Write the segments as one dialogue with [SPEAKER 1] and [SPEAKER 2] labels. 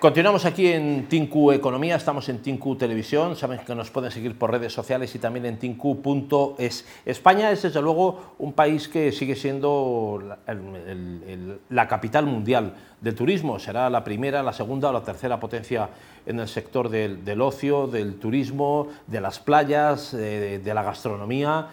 [SPEAKER 1] Continuamos aquí en Tinku Economía, estamos en Tinku Televisión, saben que nos pueden seguir por redes sociales y también en tinku.es. España es desde luego un país que sigue siendo la capital mundial del turismo, será la primera, la segunda o la tercera potencia en el sector del ocio, del turismo, de las playas, de la gastronomía.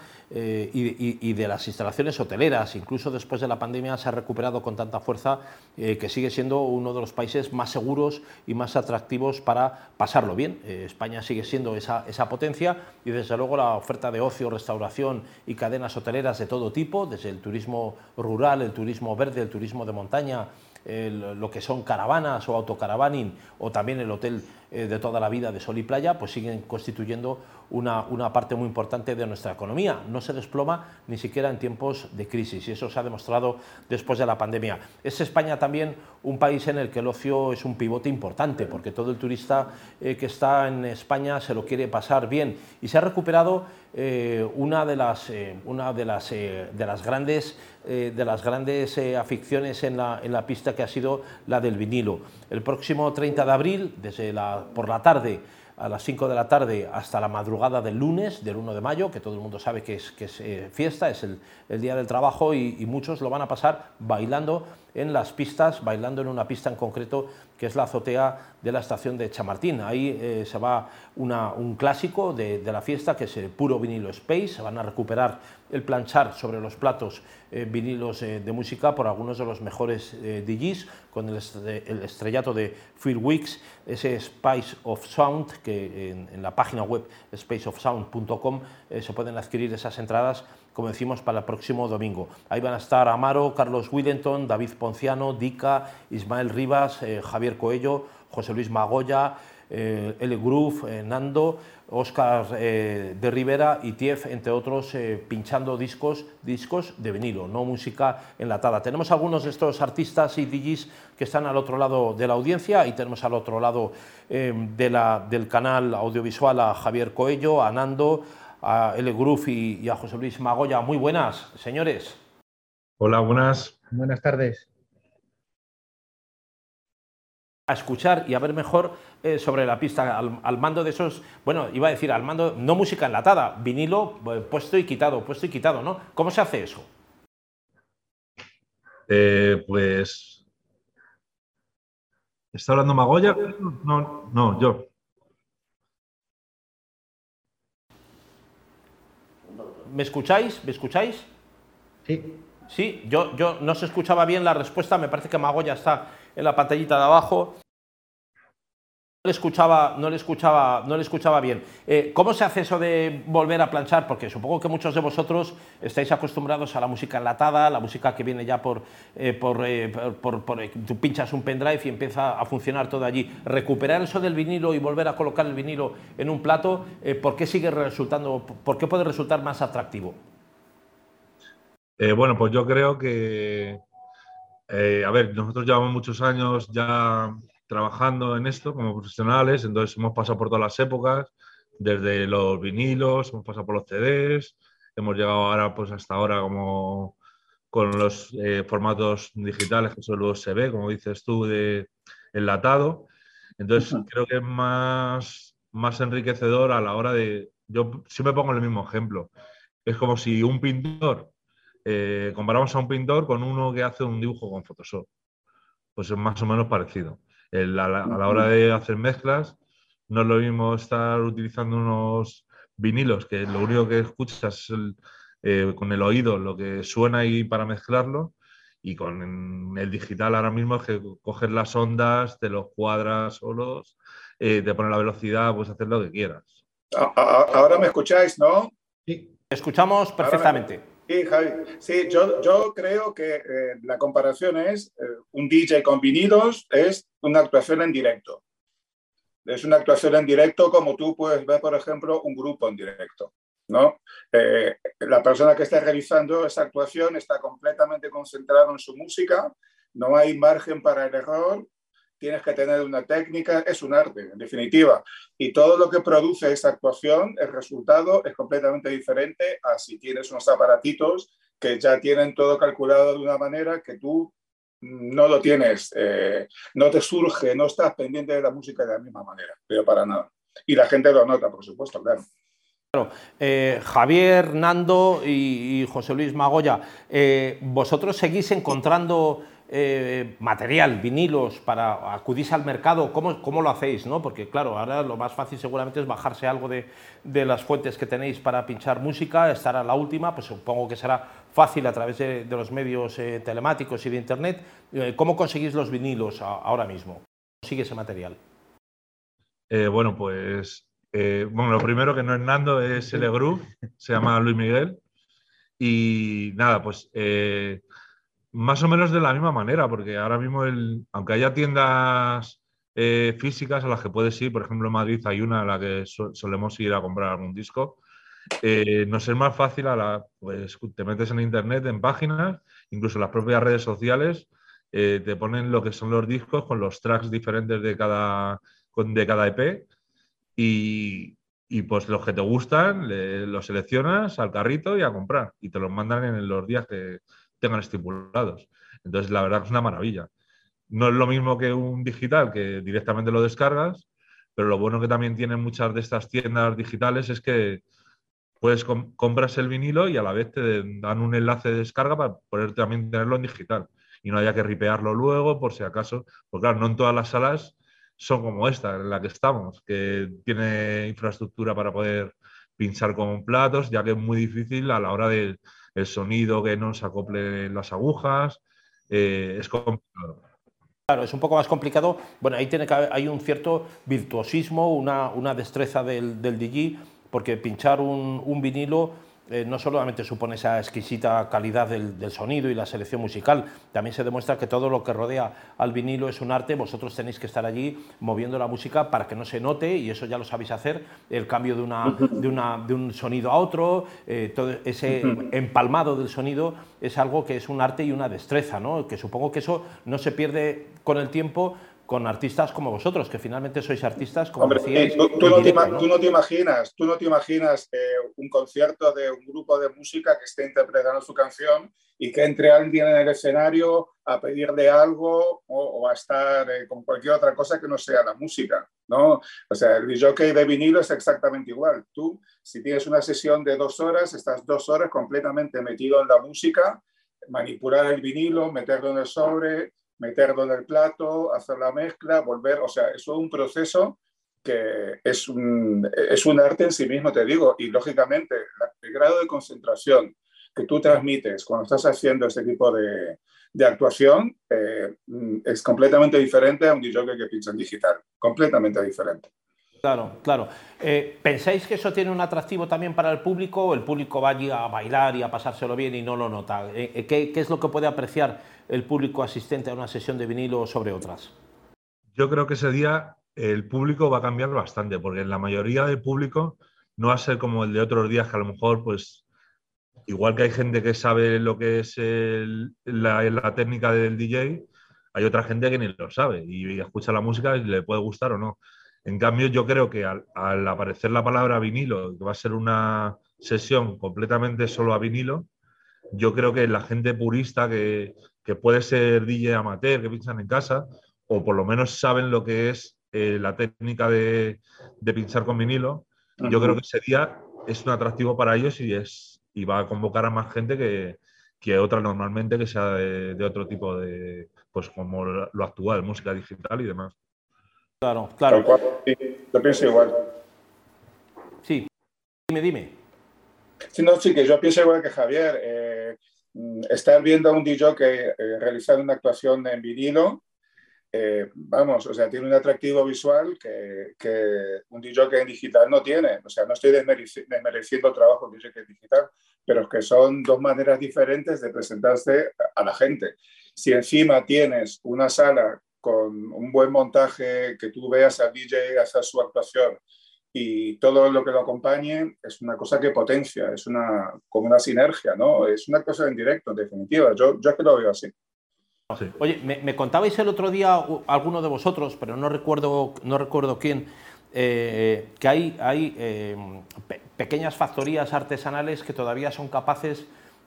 [SPEAKER 1] Y de las instalaciones hoteleras. Incluso después de la pandemia se ha recuperado con tanta fuerza que sigue siendo uno de los países más seguros y más atractivos para pasarlo bien. España sigue siendo esa potencia y desde luego la oferta de ocio, restauración y cadenas hoteleras de todo tipo, desde el turismo rural, el turismo verde, el turismo de montaña, lo que son caravanas o autocaravaning o también el hotel de toda la vida de sol y playa, pues siguen constituyendo una parte muy importante de nuestra economía. No se desploma ni siquiera en tiempos de crisis y eso se ha demostrado después de la pandemia. Es España también un país en el que el ocio es un pivote importante porque todo el turista que está en España se lo quiere pasar bien y se ha recuperado una de las grandes aficiones en la pista, que ha sido la del vinilo. El próximo 30 de abril, por la tarde, a las 5 de la tarde hasta la madrugada del lunes, del 1 de mayo, que todo el mundo sabe que es fiesta, es el Día del Trabajo y muchos lo van a pasar bailando en las pistas, bailando en una pista en concreto que es la azotea de la estación de Chamartín. Ahí se va un clásico de la fiesta, que es el Puro Vinilo Space. Se van a recuperar el planchar sobre los platos vinilos de música por algunos de los mejores DJs, con el estrellato de Phil Wicks, ese Spice of Sound, que en la página web spaceofsound.com se pueden adquirir esas entradas, como decimos, para el próximo domingo. Ahí van a estar Amaro, Carlos Willington, David Ponciano, Dica, Ismael Rivas, Javier Coello, José Luis Magoya, L. Groove, Nando, Óscar de Rivera y Tief, entre otros, pinchando discos de vinilo, no música enlatada. Tenemos algunos de estos artistas y DJs que están al otro lado de la audiencia, y tenemos al otro lado del canal audiovisual a Javier Coello, a Nando, a L. Groove y a José Luis Magoya. Muy buenas, señores.
[SPEAKER 2] Hola, buenas.
[SPEAKER 3] Buenas tardes.
[SPEAKER 1] A escuchar y a ver mejor sobre la pista, al mando de esos, bueno, iba a decir al mando, no música enlatada, vinilo puesto y quitado, ¿no? ¿Cómo se hace eso?
[SPEAKER 2] Pues... ¿Está hablando Magoya? No, yo.
[SPEAKER 1] ¿Me escucháis? ¿Me escucháis?
[SPEAKER 3] Sí.
[SPEAKER 1] Sí, yo no se escuchaba bien la respuesta, me parece que Magoya está en la pantallita de abajo. No le escuchaba bien. ¿Cómo se hace eso de volver a planchar? Porque supongo que muchos de vosotros estáis acostumbrados a la música enlatada, la música que viene ya tú pinchas un pendrive y empieza a funcionar todo allí. Recuperar eso del vinilo y volver a colocar el vinilo en un plato, ¿por qué puede resultar más atractivo?
[SPEAKER 2] Bueno, pues yo creo que, a ver, nosotros llevamos muchos años ya trabajando en esto como profesionales, entonces hemos pasado por todas las épocas, desde los vinilos, hemos pasado por los CDs, hemos llegado ahora, pues hasta ahora, como con los formatos digitales, que son los USB, como dices tú, de enlatado. Entonces creo que es más enriquecedor a la hora de... Yo siempre pongo el mismo ejemplo. Es como si un pintor, comparamos a un pintor con uno que hace un dibujo con Photoshop. Pues es más o menos parecido. A la hora de hacer mezclas, no es lo mismo estar utilizando unos vinilos que lo único que escuchas es con el oído lo que suena ahí para mezclarlo, y con el digital ahora mismo es que coges las ondas, te los cuadras solos, te pones la velocidad, puedes hacer lo que quieras.
[SPEAKER 4] Ahora me escucháis, ¿no?
[SPEAKER 3] Sí.
[SPEAKER 1] Escuchamos perfectamente.
[SPEAKER 4] Sí, Javi. Sí, yo creo que la comparación es un DJ con vinilos es una actuación en directo. Es una actuación en directo como tú puedes ver, por ejemplo, un grupo en directo, ¿no? La persona que está realizando esa actuación está completamente concentrada en su música, no hay margen para el error, tienes que tener una técnica, es un arte, en definitiva. Y todo lo que produce esa actuación, el resultado es completamente diferente a si tienes unos aparatitos que ya tienen todo calculado de una manera que tú no lo tienes, no te surge, no estás pendiente de la música de la misma manera, pero para nada. Y la gente lo nota, por supuesto, claro.
[SPEAKER 1] Claro, Javier, Nando y José Luis Magoya, ¿vosotros seguís encontrando material, vinilos, para acudís al mercado? ¿Cómo lo hacéis, ¿no? Porque claro, ahora lo más fácil seguramente es bajarse algo de las fuentes que tenéis para pinchar música, estar a la última, pues supongo que será fácil a través de los medios telemáticos y de internet. ¿Cómo conseguís los vinilos ahora mismo? ¿Cómo sigue ese material?
[SPEAKER 2] Bueno, pues bueno, lo primero que no es Nando, es el Groove, se llama Luis Miguel. Y nada, pues más o menos de la misma manera, porque ahora mismo, aunque haya tiendas físicas a las que puedes ir, por ejemplo en Madrid hay una a la que solemos ir a comprar algún disco, nos es más fácil pues te metes en internet, en páginas, incluso en las propias redes sociales, te ponen lo que son los discos con los tracks diferentes de cada EP y pues los que te gustan los seleccionas al carrito y a comprar y te los mandan en los días que tengan estipulados. Entonces la verdad que es una maravilla. No es lo mismo que un digital, que directamente lo descargas, pero lo bueno que también tienen muchas de estas tiendas digitales es que puedes compras el vinilo y a la vez te dan un enlace de descarga para poder también tenerlo en digital y no haya que ripearlo luego por si acaso, porque claro, no en todas las salas son como esta en la que estamos, que tiene infraestructura para poder pinchar con platos, ya que es muy difícil a la hora del sonido, que no se acople las agujas, es complicado.
[SPEAKER 1] Claro, es un poco más complicado. Bueno, ahí hay un cierto virtuosismo, una destreza del DJ, porque pinchar un vinilo no solamente supone esa exquisita calidad del sonido y la selección musical, también se demuestra que todo lo que rodea al vinilo es un arte. Vosotros tenéis que estar allí moviendo la música para que no se note, y eso ya lo sabéis hacer, el cambio de un sonido a otro, todo ese empalmado del sonido es algo que es un arte y una destreza, ¿no? Que supongo que eso no se pierde con el tiempo con artistas como vosotros, que finalmente sois artistas, como
[SPEAKER 4] Hombre,
[SPEAKER 1] decíais,
[SPEAKER 4] tú no te imaginas un concierto de un grupo de música que esté interpretando su canción y que entre alguien en el escenario a pedirle algo o a estar con cualquier otra cosa que no sea la música, ¿no? O sea, el disjockey de vinilo es exactamente igual. Tú, si tienes una sesión de 2 horas, estás 2 horas completamente metido en la música, manipular el vinilo, meterlo en el sobre, meterlo en el plato, hacer la mezcla, volver, o sea, eso es un proceso que es un arte en sí mismo, te digo, y lógicamente el grado de concentración que tú transmites cuando estás haciendo este tipo de actuación es completamente diferente a un DJ que pincha en digital, completamente diferente.
[SPEAKER 1] Claro, claro. ¿Pensáis que eso tiene un atractivo también para el público, o el público va allí a bailar y a pasárselo bien y no lo nota? ¿Qué es lo que puede apreciar el público asistente a una sesión de vinilo sobre otras?
[SPEAKER 2] Yo creo que ese día el público va a cambiar bastante, porque la mayoría del público no va a ser como el de otros días, que a lo mejor, pues, igual que hay gente que sabe lo que es la técnica del DJ, hay otra gente que ni lo sabe y escucha la música y le puede gustar o no. En cambio, yo creo que al aparecer la palabra vinilo, que va a ser una sesión completamente solo a vinilo, yo creo que la gente purista que puede ser DJ amateur, que pinchan en casa, o por lo menos saben lo que es la técnica de pinchar con vinilo, yo creo que ese día es un atractivo para ellos y va a convocar a más gente que otra normalmente, que sea de otro tipo de, pues como lo actual, música digital y demás.
[SPEAKER 1] Claro, claro.
[SPEAKER 4] Sí, yo pienso igual.
[SPEAKER 1] Sí, dime.
[SPEAKER 4] Sí, no, sí, que yo pienso igual que Javier. Estar viendo a un DJ que realizar una actuación en vinilo, vamos, o sea, tiene un atractivo visual que un DJ en digital no tiene. O sea, no estoy desmereciendo el trabajo de un DJ en digital, pero es que son dos maneras diferentes de presentarse a la gente. Si encima tienes una sala con un buen montaje, que tú veas al DJ hacer su actuación y todo lo que lo acompañe, es una cosa que potencia, es como una sinergia, ¿no? Es una cosa en directo, en definitiva. Yo es que lo veo así.
[SPEAKER 2] Sí.
[SPEAKER 1] Oye, me contabais el otro día, alguno de vosotros, pero no recuerdo quién, que hay pequeñas factorías artesanales que todavía son capaces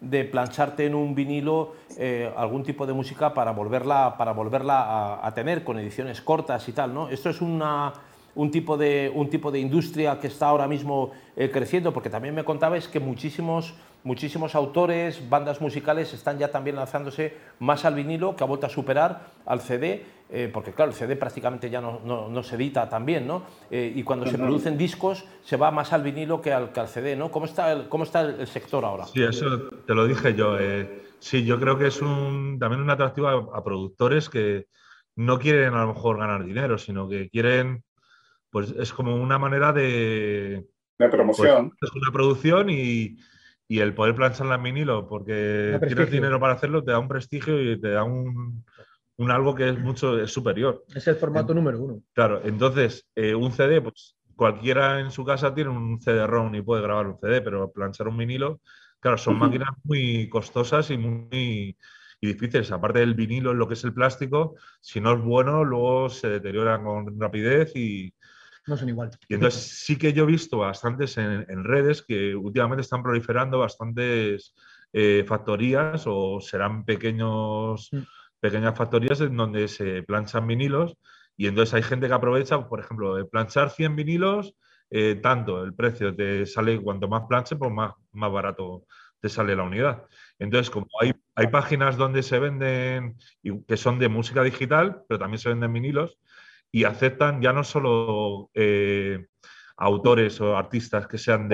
[SPEAKER 1] de plancharte en un vinilo algún tipo de música para volverla a tener con ediciones cortas y tal, ¿no? Esto es un tipo de industria que está ahora mismo creciendo, porque también me contabais que muchísimos autores, bandas musicales están ya también lanzándose más al vinilo, que ha vuelto a superar al CD, porque claro, el CD prácticamente ya no se edita también, ¿no? Y cuando se producen discos se va más al vinilo que al CD, ¿no? ¿Cómo está el sector ahora?
[SPEAKER 2] Sí, eso te lo dije yo. Sí, yo creo que es también un atractivo a productores que no quieren a lo mejor ganar dinero, sino que quieren, pues es como una manera de
[SPEAKER 4] promoción.
[SPEAKER 2] Pues, es una producción y el poder plancharla en vinilo, porque tienes dinero para hacerlo, te da un prestigio y te da un algo que es superior.
[SPEAKER 3] Es el formato número uno.
[SPEAKER 2] Claro, entonces un CD, pues cualquiera en su casa tiene un CD-ROM y puede grabar un CD, pero planchar un vinilo, claro, son máquinas muy costosas y muy difíciles. Aparte del vinilo, lo que es el plástico, si no es bueno, luego se deteriora con rapidez y
[SPEAKER 3] no son igual.
[SPEAKER 2] Y entonces sí que yo he visto bastantes en redes que últimamente están proliferando bastantes factorías o serán pequeñas factorías en donde se planchan vinilos y entonces hay gente que aprovecha, por ejemplo, de planchar 100 vinilos, tanto el precio te sale, cuanto más planche, pues más barato te sale la unidad. Entonces, como hay páginas donde se venden, que son de música digital, pero también se venden vinilos, y aceptan ya no solo autores o artistas que sean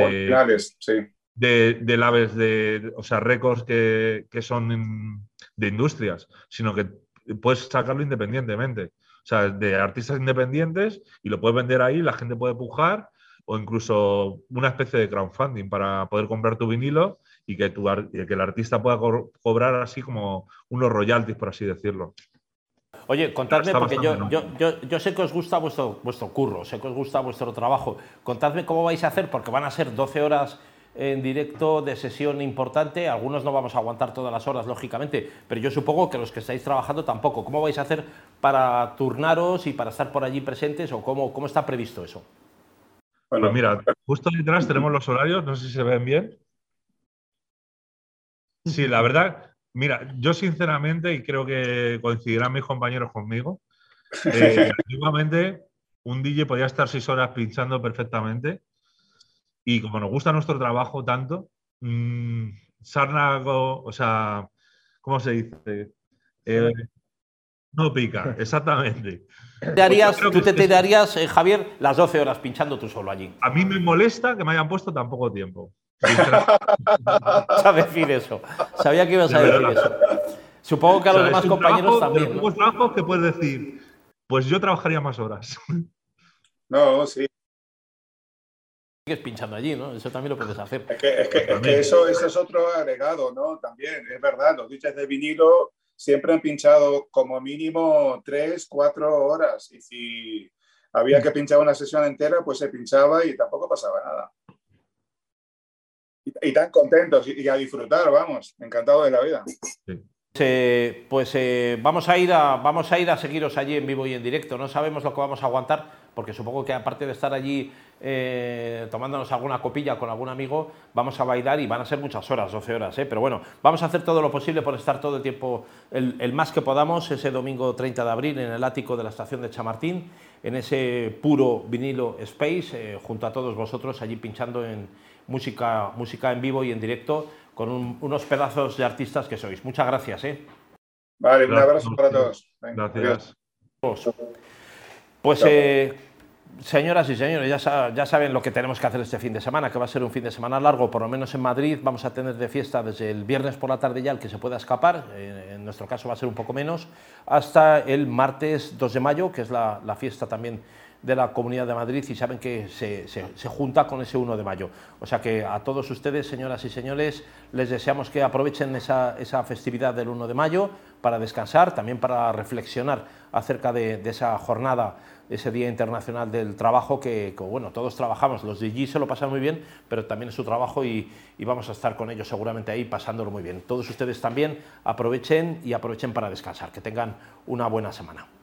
[SPEAKER 2] de labels, o sea, récords que son de industrias, sino que puedes sacarlo independientemente. O sea, de artistas independientes y lo puedes vender ahí, la gente puede pujar o incluso una especie de crowdfunding para poder comprar tu vinilo y que el artista pueda cobrar así como unos royalties, por así decirlo.
[SPEAKER 1] Oye, contadme, porque yo sé que os gusta vuestro curro, sé que os gusta vuestro trabajo. Contadme cómo vais a hacer, porque van a ser 12 horas en directo de sesión importante. Algunos no vamos a aguantar todas las horas, lógicamente, pero yo supongo que los que estáis trabajando tampoco. ¿Cómo vais a hacer para turnaros y para estar por allí presentes o cómo está previsto eso?
[SPEAKER 2] Bueno, pues mira, justo detrás tenemos los horarios, no sé si se ven bien. Sí, la verdad... Mira, yo sinceramente, y creo que coincidirán mis compañeros conmigo, antiguamente un DJ podía estar 6 horas pinchando perfectamente y como nos gusta nuestro trabajo tanto, sarna, o sea, ¿cómo se dice? No pica, exactamente.
[SPEAKER 1] Tú te tirarías, Javier, las 12 horas pinchando tú solo allí.
[SPEAKER 2] A mí me molesta que me hayan puesto tan poco tiempo.
[SPEAKER 1] Sabía decir eso. Sabía que ibas a decir eso. Supongo que a los demás compañeros también.
[SPEAKER 2] Hay trabajos que puedes decir, pues yo trabajaría más horas.
[SPEAKER 4] No, sí.
[SPEAKER 1] Sigues pinchando allí, ¿no? Eso también lo puedes hacer.
[SPEAKER 4] Es que eso es otro agregado, ¿no? También, es verdad, los DJs de vinilo siempre han pinchado como mínimo 3, 4 horas. Y si había que pinchar una sesión entera, pues se pinchaba y tampoco pasaba nada. Y tan contentos y a disfrutar, vamos, encantado de la vida.
[SPEAKER 1] Sí. Vamos a ir a seguiros allí en vivo y en directo. No sabemos lo que vamos a aguantar, porque supongo que aparte de estar allí tomándonos alguna copilla con algún amigo, vamos a bailar y van a ser muchas horas, 12 horas, pero bueno, vamos a hacer todo lo posible por estar todo el tiempo, el más que podamos, ese domingo 30 de abril en el ático de la estación de Chamartín, en ese puro vinilo space, junto a todos vosotros allí pinchando en música en vivo y en directo con unos pedazos de artistas que sois. Muchas gracias.
[SPEAKER 4] Vale, un abrazo para todos.
[SPEAKER 2] Venga, gracias.
[SPEAKER 1] Pues señoras y señores, ya saben lo que tenemos que hacer este fin de semana, que va a ser un fin de semana largo, por lo menos en Madrid vamos a tener de fiesta desde el viernes por la tarde ya el que se pueda escapar, en nuestro caso va a ser un poco menos, hasta el martes 2 de mayo, que es la fiesta también de la Comunidad de Madrid, y saben que se junta con ese 1 de mayo. O sea que a todos ustedes, señoras y señores, les deseamos que aprovechen esa festividad del 1 de mayo para descansar, también para reflexionar acerca de esa jornada, ese Día Internacional del Trabajo, que bueno, todos trabajamos, los DJs se lo pasan muy bien, pero también es su trabajo y vamos a estar con ellos seguramente ahí pasándolo muy bien. Todos ustedes también aprovechen para descansar, que tengan una buena semana.